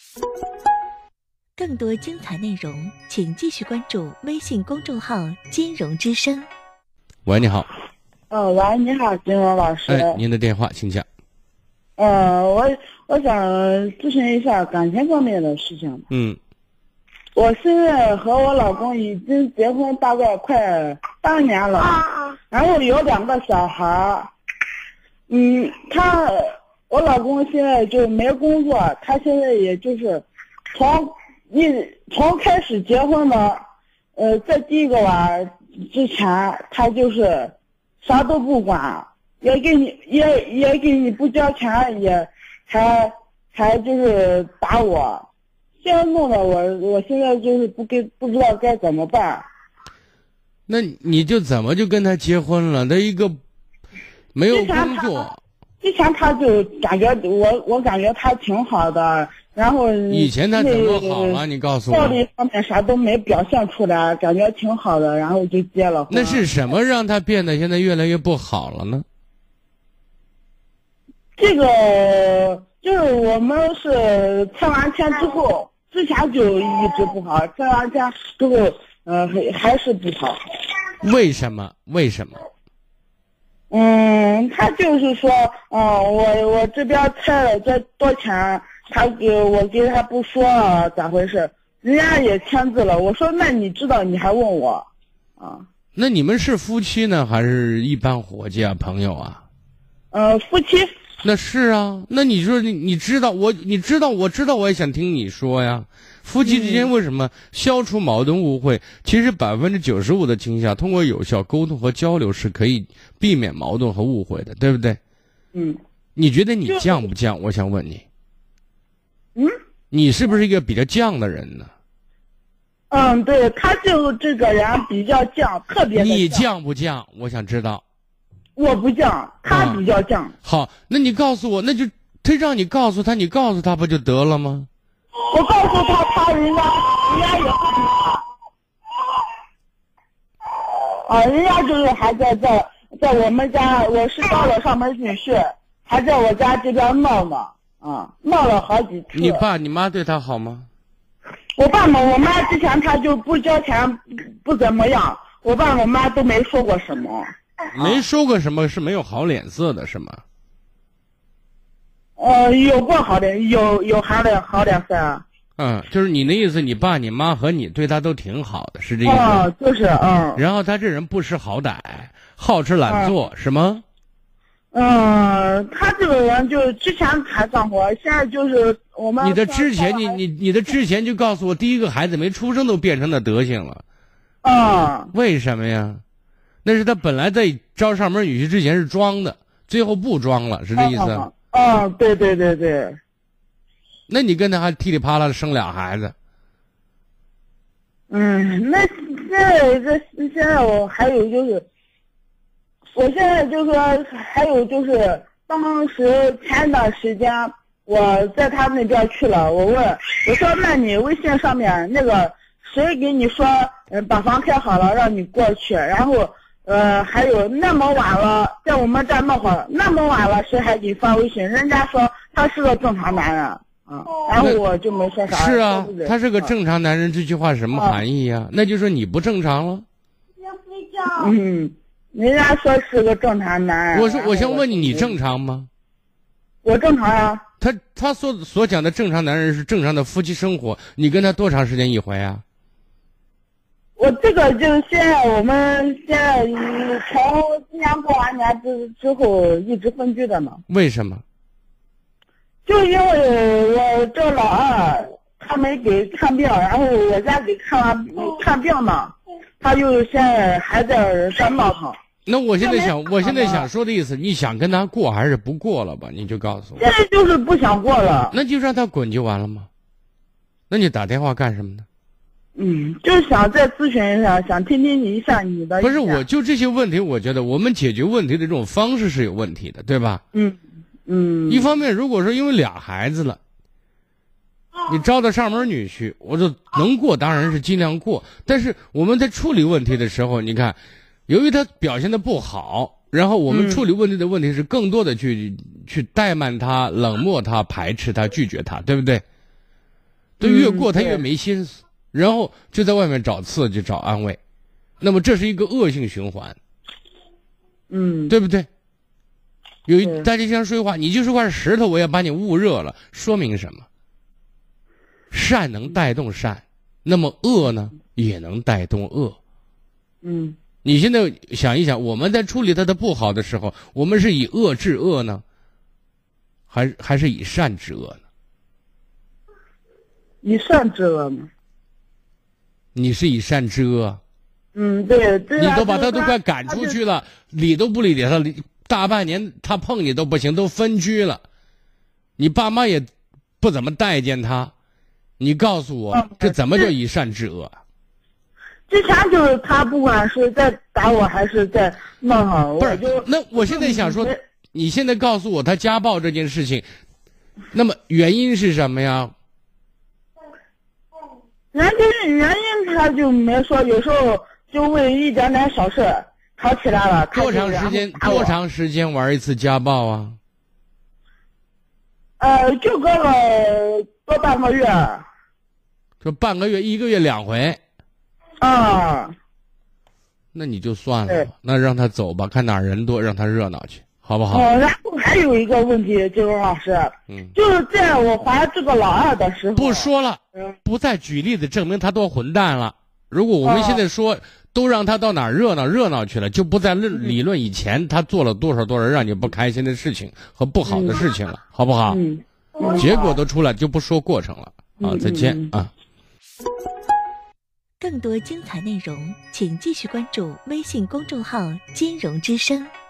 更多精彩内容，请继续关注微信公众号“金融之声”。 喂，你好。 喂，你好，金融老师。 哎，您的电话，请讲。 我想咨询一下感情方面的事情。我现在和我老公已经结婚大概快8年了，然后有2个小孩。我老公现在就没工作，他现在也就是从开始结婚的，在第一个晚之前，他就是啥都不管，也给你不交钱，也还就是打我，现在弄得我现在就是不知道该怎么办。 那你就怎么就跟他结婚了？他一个没有工作。 之前他就感觉我感觉他挺好的，然后以前他怎么好了？你告诉我。 道理方面啥都没表现出来，感觉挺好的，然后就结了婚。 那是什么让他变得现在越来越不好了呢？ 这个就是我们是拆完迁之后，之前就一直不好，拆完迁之后还是不好。 为什么？ 他就是说，我这边拆了这多钱，我给他不说啊，咋回事？人家也签字了，我说那你知道你还问我， 那你们是夫妻呢，还是一般伙计啊，朋友啊？ 夫妻。 那是啊，那你说你知道我知道我也想听你说呀。夫妻之间为什么消除矛盾误会？其实95%的情况下，通过有效沟通和交流是可以避免矛盾和误会的，对不对？你觉得你犟不犟？我想问你。你是不是一个比较犟的人呢？ 对，他就这个人比较犟，特别的犟。 你犟不犟？我想知道。 我不犟，他比较犟。 好，那你告诉我，那就他让你告诉他，你告诉他不就得了吗？ 我告诉他，人家也不理他。人家就是还在我们家，我是到了上门女婿，还在我家这边闹呢，闹了好几次。 你爸你妈对他好吗？ 我爸我妈之前他就不交钱，不怎么样，我爸我妈都没说过什么。 没说过什么，是没有好脸色的是吗？ 有过好脸，有好脸色啊。 就是你的意思，你爸你妈和你对他都挺好的，是这意思？ 就是然后他这人不识好歹，好吃懒做，是吗？ 他这个人就之前还干活，现在就是我们。 你的之前，你的之前就告诉我，第一个孩子没出生都变成那德行了。为什么呀？那是他本来在招上门女婿之前是装的，最后不装了，是这意思？ 对。 那你跟他还噼里啪啦的生2孩子？ 那现在我还有就是，我现在就说还有就是，当时前一段时间我在他那边去了，我说那你微信上面那个谁给你说把房开好了让你过去，然后还有那么晚了在我们这儿闹会儿，那么晚了谁还给你发微信？人家说他是个正常男人。然后我就没说啥。 是啊，他是个正常男人，这句话什么含义呀？那就说你不正常了。 要睡觉。人家说是个正常男人。 我想问你正常吗？ 我正常呀。 他所讲的正常男人是正常的夫妻生活，你跟他多长时间一回啊？ 我这个就是我们现在从今年过完年之后一直分居的呢。 为什么？ 就因为我这老二他没给看病，然后我家给看病呢，他就现在还在闹腾。 那我现在想说的意思，你想跟他过还是不过了吧？你就告诉我。 现在就是不想过了。 那就让他滚就完了吗？那你打电话干什么呢？ 就是想再咨询一下，想听听你的意见。 不是，我就这些问题，我觉得我们解决问题的这种方式是有问题的，对吧？一方面，如果说因为2孩子了，你招到上门女婿，我就能过当然是尽量过。但是我们在处理问题的时候，你看，由于他表现的不好，然后我们处理问题的问题是更多的去怠慢他、冷漠他、排斥他、拒绝他，对不对？ 都越过他越没心思，然后就在外面找刺激找安慰，那么这是一个恶性循环，对不对？大家经常说话，你就是块石头，我也把你捂热了，说明什么？善能带动善，那么恶呢也能带动恶。你现在想一想，我们在处理他的不好的时候，我们是以恶制恶呢，还是以善制恶呢？ 以善制恶呢？ 你是以善制恶？ 对。 你都把他都快赶出去了，理都不理他，大半年他碰你都不行，都分居了，你爸妈也不怎么待见他，你告诉我，这怎么叫以善制恶？ 之前就是他不管是在打我还是在弄上， 不是，那我现在想说，你现在告诉我他家暴这件事情，那么原因是什么呀？ 原因他就没说，有时候就为一点点小事吵起来了。 多长时间玩一次家暴啊？ 就隔了多半个月。 就半个月1个月2回。那你就算了吧，那让他走吧，看哪儿人多，让他热闹去，好不好？ 然后还有一个问题，金荣老师，就是在我怀这个老二的时候， 不说了，不再举例子证明他多混蛋了。如果我们现在说，都让他到哪儿热闹去了，就不再理论以前他做了多少让你不开心的事情和不好的事情了，好不好？结果都出来，就不说过程了啊！再见啊！ 更多精彩内容，请继续关注微信公众号“金融之声”。